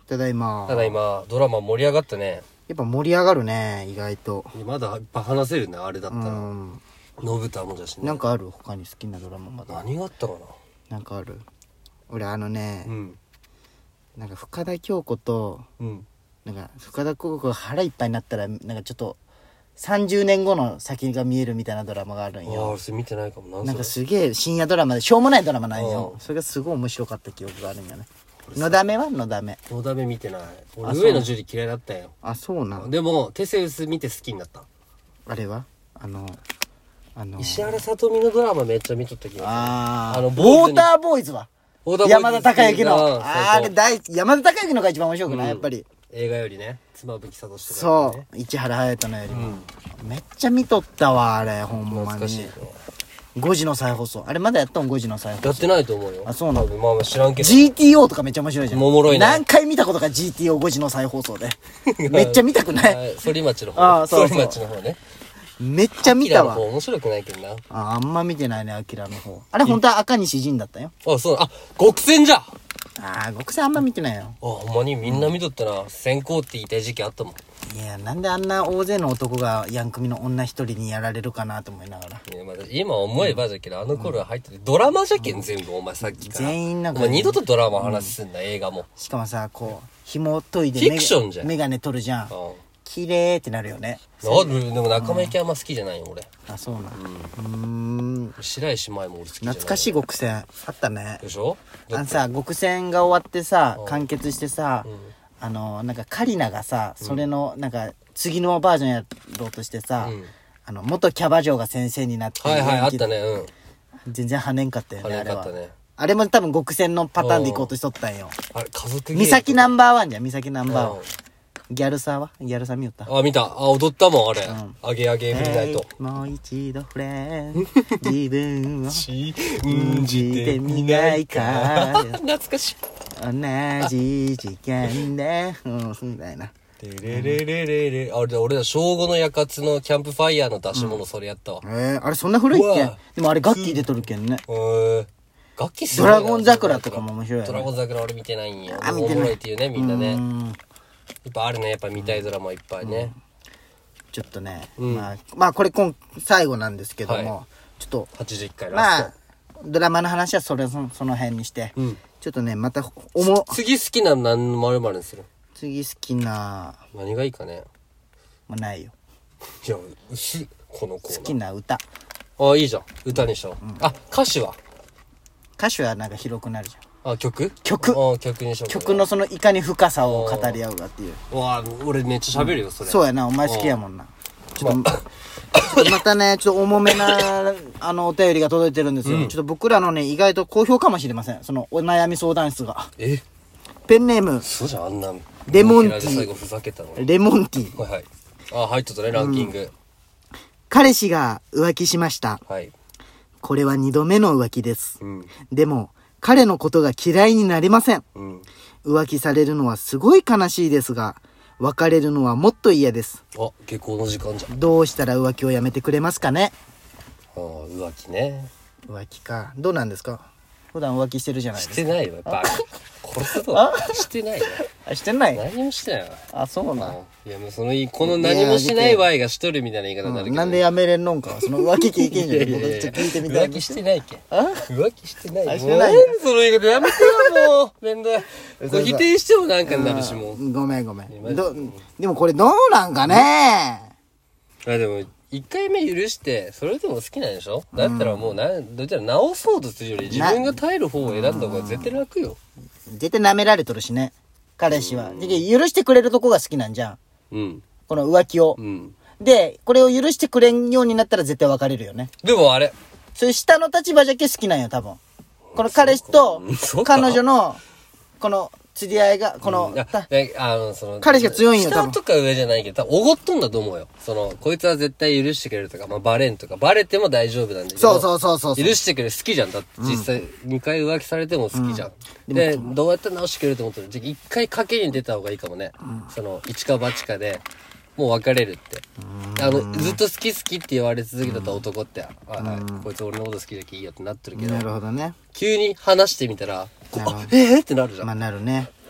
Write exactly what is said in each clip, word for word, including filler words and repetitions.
ただいま。 ただ今ドラマ盛り上がったね。 やっぱ盛り上がるね、意外と。 まだいっぱい話せるね、あれだったら。 うんのぶたもだしね。 なんかある他に好きなドラマまだ。 何があったかな。 なんかある。俺あのね、 うん。 なんか深田恭子と、 うん。 なんか深田恭子が腹いっぱいになったらなんかちょっとさんじゅうねんごの先が見えるみたいなドラマがあるんああ、 よ。 それ見てないかも。 なんかすげえ深夜ドラマでしょうもないドラマなんよ。 うんそれがすごい面白かった記憶があるんよね。のだめはのだめ。 のだめ見てない。 あ俺そう上野樹里嫌いだったよ。 あ、そうなん。 でもテセウス見て好きになった。 あれはあのあの石原さとみのドラマめっちゃ見とった気がする。 あーあのウ坊主にォーターボーイズはウォーターボーイズ山田孝之のうんあれ大山田孝之のが一番面白くない、 うんやっぱり。 映画よりね、妻夫木聡とか、 そね、 う市原隼人のよりも、 うんめっちゃ見とったわあれほんまに懐かしいね。 ごじの再放送あれまだやっとんごじの再放送やってないと思うよ。 あそうなの多分まあまあ知らんけど。 ジーティーオー とかめっちゃ面白いじゃん。 おもろいね何回見たことか ジーティーオーご 時の再放送でめっちゃ見たくないはい反町の方。 あーそうそう反町の方ね。 めっちゃ見たわアキラの方面白くないけどな。 ああんま見てないねアキラの方。あれ本当は赤西仁だったよ。 あ、そう、あ、極戦じゃ。 ああ極戦あんま見てないよ。 あ、ほんまにみんな見とったな。先行って言いたい時期あったもん。 いやなんであんな大勢の男がヤン組の女一人にやられるかなと思いながら。 いやまだ今思えばじゃけど、あの頃は入ってて、ドラマじゃけん全部、お前さっきから。 全員なんかお前二度とドラマ話すんだ、映画も。 しかもさこう紐解いでフィクションじゃんメガネ取るじゃん。 あ綺麗ってなるよね。 ある、でも仲間由紀あんま好きじゃないよ、俺。 あそうなんうーん白石麻衣も俺好きじゃない。 懐かしい極戦あったね。 でしょ。 あのさ極戦が終わってさうん完結してさ、 うんあのなんかカリナがさそれのなんか次のバージョンやろうとしてさ、 うんあの元キャバ嬢が先生になってはいはい、あ元気ったね、うん。 全然跳ねんかったよね跳ねあれはんかったね。 あれも多分極戦のパターンで行こうとしとったんよ。 あれ、家族芸美咲ナンバーワンじゃん美咲ナンバーワンうんギャルサーはギャルサー見よったあ、見た。あ、踊ったもん、あれ。 んあげあげフリーナイト。 もう一度フレン自分を信じてみないか懐かしい。 同じ時間でうんみたいな。 レレレレレレ。あ、俺、俺ら小五のやかつのキャンプファイヤーの出し物、それやったわ。 えー、あれそんな古いっけうわでもあれ楽器出とるけんね。 へー。楽器すドごいなラゴン桜とかも面白いよねドラゴン桜俺見てないんよ。 あ見てないおもろいっていうね、みんなね。やうんっぱあるね、やっぱ見たいドラマいっぱいね。 ちょっとね、 うんまあまあこれ今最後なんですけども、 はちょっとはちじゅういっかいラまスあドラマの話はそれそその辺にして、 ト。うん。 ちょっとねまたおも次好きなの何丸々にする？ 次好きな何がいいかね。 もうないよ。 いや、薄い、このコ好ーナきな歌ー。あ、いいじゃん。歌にしよう。あ、歌詞は？ 歌詞はなんか広くなるじゃん。 あ、曲？ 曲あ、曲にしようかな。 曲のそのいかに深さを語り合うかっていう。 うわあ、俺めっちゃ喋るよ、それ。 そうやなお前好きやもんな。ちょっと、 まあちょっとまたねちょっと重めなあのお便りが届いてるんですよ、 うんちょっと僕らのね意外と好評かもしれませんそのお悩み相談室が。 え、 ペンネームそうじゃん、あんな。 レモンティー最後ふざけたの。 レモンティー。 はいはい。あ、入っとったね、ランキング。 彼氏が浮気しました。 はい。 これは二度目の浮気です。 うん。 でも彼のことが嫌いになりません。 うん。 浮気されるのはすごい悲しいですが別れるのはもっと嫌です。 あ、下校の時間じゃん。あどうしたら浮気をやめてくれますかね。 あ、浮気ね。 浮気かどうなんですか。普段浮気してるじゃないですか。 してないわ、バカ。殺すぞ。してないわ。 あしてない。 何もしてないわ。 あそうなん。 いや、もうその、この何もしない場合がしとるみたいな言い方になるけど。 なんでやめれんのんかその浮気経験い者でやいやいや僕ちょっと聞いてみたい。 浮気してないけん。 あ浮気してない。 あしてないもうその言い方やめてよ、もう。めんどい。これ否定してもなんかになるし、もう。 ごめんごめマジんどでもこれどうなんかね。 あ、でも、一回目許して、それでも好きなんでしょ？だったらもうな、どちら直そうとするより自分が耐える方を選んだ方が絶対楽よ。 絶対舐められとるしね彼氏は。で許してくれるとこが好きなんじゃんうん。 この浮気を、 うん。 でこれを許してくれんようになったら絶対別れるよね。 でもあれ、 そういう下の立場じゃけ好きなんよ多分。この彼氏とそうか彼女のこの釣り合いがこの、 いやたいやあの、その、 彼氏が強いんよ多分下とか上じゃないけど、多分おごっとんだと思うよ。その、こいつは絶対許してくれるとか、まあ、バレんとか、バレても大丈夫なんだけど。 そうそうそうそうそう許してくれる好きじゃん。だって実際、にかい浮気されても好きじゃん。で、どうやって直してくれると思ったら、じゃあ一回賭けに出た方がいいかもね。その、一か八かで、もう別れるって。あの、ずっと好き好きって言われ続けた男って、はいはい、こいつ俺のこと好きだけいいよってなってるけど、 なるほどね。 急に話してみたら、こうなるほどあえー、ってなるじゃん。 まあなるね。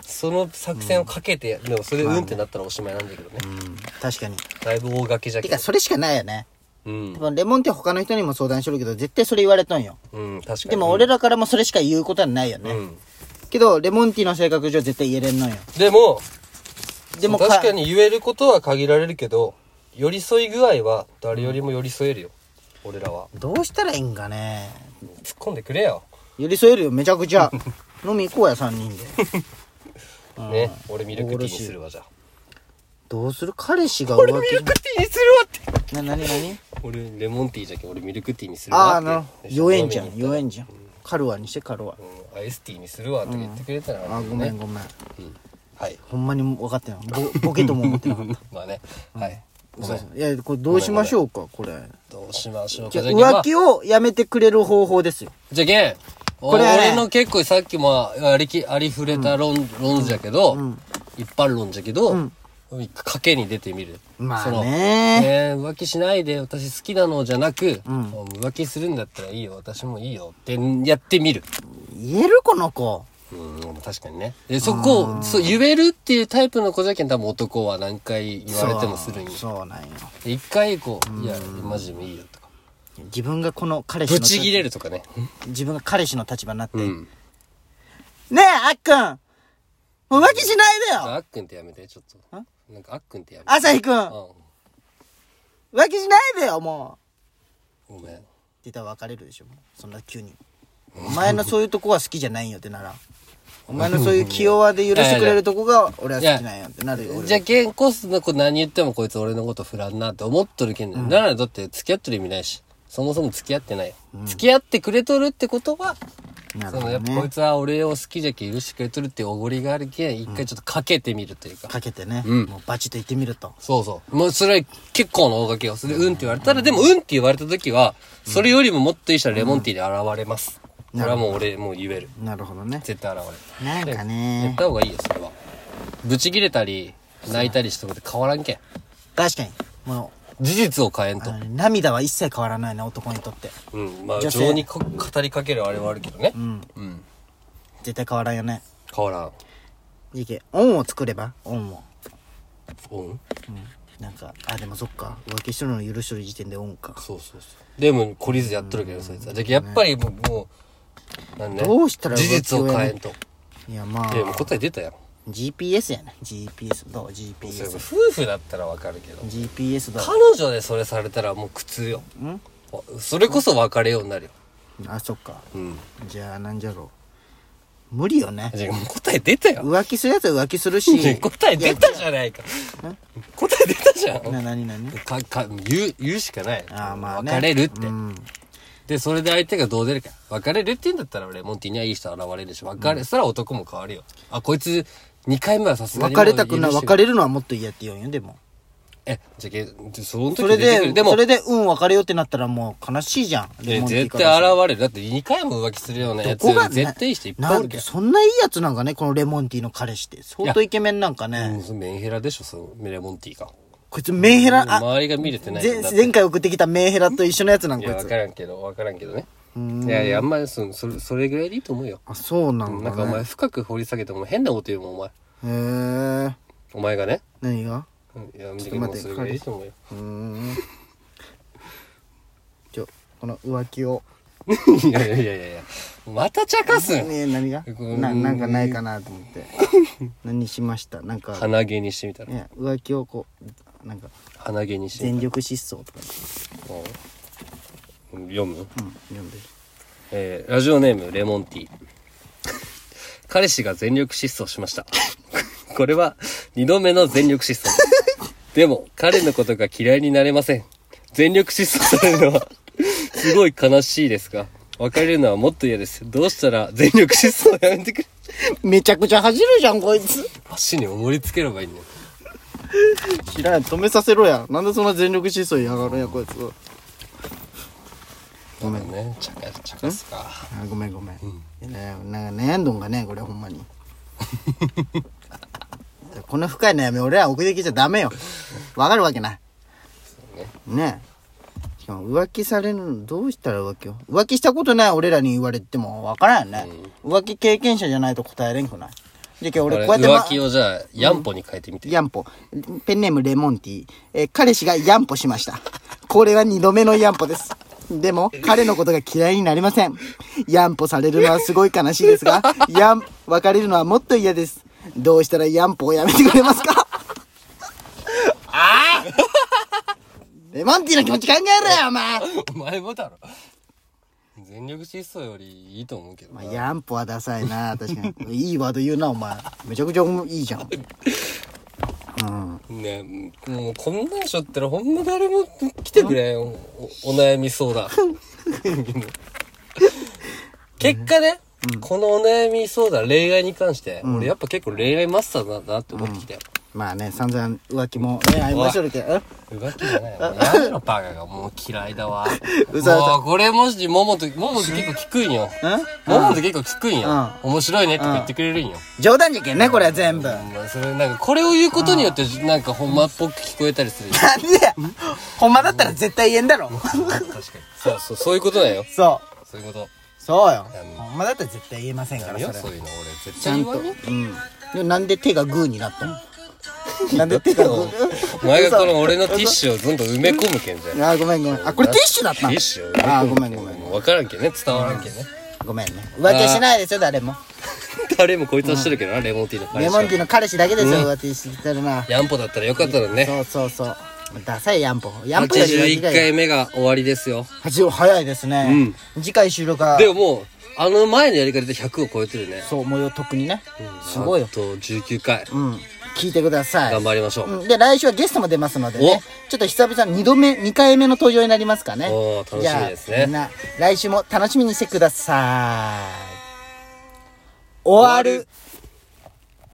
その作戦をかけて、でもそれでうんってなったらおしまいなんだけどね。 うん。確かに。 だいぶ大掛けじゃけど。 てか、それしかないよね。 うん。 多分レモンティー他の人にも相談してるけど、絶対それ言われとんよ。 うん、確かに。 でも俺らからもそれしか言うことはないよね。うん。けど、レモンティーの性格上絶対言えれんのよ。 でも、 でも確かに言えることは限られるけど、寄り添い具合は誰よりも寄り添えるよ。うん、俺らは。 どうしたらいいんかね。 突っ込んでくれよ。 寄り添えるよ、めちゃくちゃ。飲み行こうや、さんにんで。 ね、俺ミルクティーにするわ、じゃあ。 どうする？彼氏が浮気。 俺ミルクティーにするわって。 な、なになに？ 俺レモンティーじゃけ俺ミルクティーにするわって。 ああ、酔えんじゃん、酔えんじゃん。カルワにして、カルワ。 うん、アイスティーにするわって言ってくれたら、ね、 あ、ごめんごめん。うん、 はい。 ほんまに分かってない。ボ、ボケとも思ってなかった。 まあね。はい。 そうそう。いや、これどうしましょうか、これ。 どうしましょうか。 浮気をやめてくれる方法ですよ。 じゃけん。これ、俺の結構さっきもありき、ありふれた論、うん、論じゃけど、うん、一般論じゃけど、うん、賭けに出てみる。 まあね。 そのね、浮気しないで私好きなのじゃなく、うん、浮気するんだったらいいよ、私もいいよってやってみる。 言えるこの子。 うん、確かにね。で、そこを、そう、言えるっていうタイプの子じゃけん多分男は何回言われてもするんよ。 そう、そうなんよ。 一回こう、いや、マジでもいいよとか。 自分がこの彼氏の。 ぶち切れるとかね。 自分が彼氏の立場になって。うん、ねえ、あっくん浮気しないでよ。 あっくんってやめて、ちょっと。なんかあっくんってやめて。 朝日くん、うん、浮気しないでよ、もう。ごめん。って言ったら別れるでしょ、そんな急に。お前のそういうとこは好きじゃないよってなら。お前のそういう気弱で許してくれるとこが俺は好きなんやってなるよ。 じゃあ、ケンコスの子何言ってもこいつ俺のこと振らんなって思っとるけんね、うん。ならだって付き合ってる意味ないし。そもそも付き合ってない。うん、付き合ってくれとるってことは、なるほどね、そのやっぱこいつは俺を好きじゃけ許してくれとるっておごりがあるけん、一回ちょっとかけてみるというか。 かけてね。うん。もうバチッと言ってみると。 そうそう。もうそれは結構の大掛けをする。うんって言われたら、でもうんって言われた時は、それよりももっといい人はレモンティーで現れます。うん、これはもう俺もう言える。 なるほどね。 絶対現れる。なんかね。 やった方がいいよ、それは。ブチ切れたり、泣いたりしたこと変わらんけん。 確かに。もう。 事実を変えんと。 涙は一切変わらないな、男にとって。 うん。まあ、情に語りかけるあれはあるけどね。うん。うん。 絶対変わらんよね。 変わらん。 いいけ。恩を作れば恩を。 恩？うん。 なんか、あ、でもそっか。浮気してるの許してる時点で恩か。 そうそうそう。でも、懲りずやっとるけど、そいつは。じゃやっぱりもう、もう、なんね。 どうしたら事実を変えんと。 いや、まあ。 でも答え出たやん。 ジーピーエス やね。ジーピーエス どう ジーピーエス。 夫婦だったらわかるけどジーピーエス どう彼女でそれされたらもう苦痛よ。 んそれこそ別れようになるよ。 あ、そっか。 うん。 じゃあなんじゃろう。無理よね。 じゃあもう答え出たよ。 浮気するやつは浮気するし。 答え出たじゃないか。答え出たじゃん。 な、なになにか、か、言う、言うしかない。 あ、まあね。 別れるって。うん。で、それで相手がどう出るか。別れるって言うんだったらレモンティーにはいい人現れるし、別れ、うん、そら男も変わるよ。あ、こいつ、二回目はさすがに。 別れたくない、別れるのはもっと嫌って言うんよ、でも。 え、じゃけ、その時それで、でも、それで、うん、別れようってなったらもう悲しいじゃん。 レモンティー絶対現れる。だって二回も浮気するようなやつ。絶対いい人いっぱいおるけん。 そんないいやつなんかね、このレモンティーの彼氏って。相当イケメンなんかね。 うん、メンヘラでしょ、そのレモンティーが。 こいつメンヘラ、 あ、周りが見れてない。 前回送ってきたメンヘラと一緒のやつなんか。 いや、わからんけど、わからんけどね。いやいや、あんまりそ、それ、それぐらいでいいと思うよ。 あ、そうなんだ、ね。 なんかお前深く掘り下げても変なこと言うもん、お前。 へえ。 お前がね。 何が？ いや、ちょっと待って、それぐらいいいと思うよ。 うーん。ちょ、この浮気を。 いやいやいやいやまた茶化すん。 ね、何が？な、なんかないかなと思って。何しました？なんか。 鼻毛にしてみたら。 いや、浮気をこう、なんか。 鼻毛にして。 全力疾走とか。 読む？うん、 読んで。 えー、ラジオネームレモンティー。彼氏が全力疾走しました。これは二度目の全力疾走。でも彼のことが嫌いになれません。全力疾走されるのはすごい悲しいですが、別れるのはもっと嫌です。どうしたら全力疾走をやめてくれ。 めちゃくちゃ走るじゃんこいつ。 足に重りつければいいんだよ。 知らん、止めさせろや。なんでそんな全力疾走やがるんやこいつ。 ごめんね、ちゃかちゃかすか。 あ、ごめんごめん。うん、なんか悩んどんがねこれほんまに。この深い悩み俺ら送ってきちゃダメよ。わかるわけない。ね。ねえ。しかも浮気されるのどうしたら浮気を？浮気したことない俺らに言われてもわからんよね、うん。浮気経験者じゃないと答えれんくない。 じゃあ今日俺これこうやって、ま、 浮気をじゃあヤンポに変えてみて、 ヤンポ。ペンネームレモンティー。えー彼氏がヤンポしました。これは二度目のヤンポです。でも、彼のことが嫌いになりません。ヤンポされるのはすごい悲しいですが、ヤン、別れるのはもっと嫌です。どうしたらヤンポをやめてくれますか？ああレモンティーの気持ち考えろよ、お前。 お前もだろ。全力疾走よりいいと思うけどな。 まあ、ヤンポはダサいな、確かに。いいワード言うな、お前。めちゃくちゃいいじゃん。うん。 ねえ、もうこんなんしょったらほんま誰も来てくれ、お, お, お悩み相談。結果ね、うん、このお悩み相談、恋愛に関して、うん、俺やっぱ結構恋愛マスターだなって思ってきたよ。うん、まあね、散々浮気も恋愛もしとるけど。 浮気じゃないよ。やめろバカがもう嫌いだわ。うそもうこれもし、ももと、ももと結構聞くんよ。ももと結構聞くんよ。面白いねって言ってくれるんよ。 冗談じゃけんね、これは全部。 まあそれなんか、これを言うことによって、なんかほんまっぽく聞こえたりするよ。 なんでやほんまだったら絶対言えんだろ。 確かに。そうそう、そういうことだよ。 そう。 そういうこと。 そうよ。ほんまだったら絶対言えませんから、 それ。そういうの俺絶対言わんよ。 うん。なんで手がグーになったの？なんで手がグーお前がこの俺のティッシュをどんどん埋め込むけんじゃん。 あ、ごめんごめん。あ、これティッシュだったの？ ティッシュを埋め込む。 あ、ごめんごめん。 わからんけんね、伝わらんけんね。 ごめんね。浮気しないですよ、誰も。 誰もこいつはしてるけどな、レモンティーの彼氏。 レモンティーの彼氏だけですよ、浮気してるな。 ヤンポだったらよかったのね。 そうそうそう。ダサいヤンポ。ヤンポはちじゅういっかいめが終わりですよ。 はちじゅう早いですね。次回収録は。 でももう、あの前のやり方でひゃくを超えてるね。 そう、もう特にね。すごいよ。 あとじゅうきゅうかい。 うん。聞いてください。 頑張りましょう。 で、来週はゲストも出ますのでね。ちょっと久々にどめ、にかいめの登場になりますかね。 おー、楽しみですね。 みんな、来週も楽しみにしてください。終わる。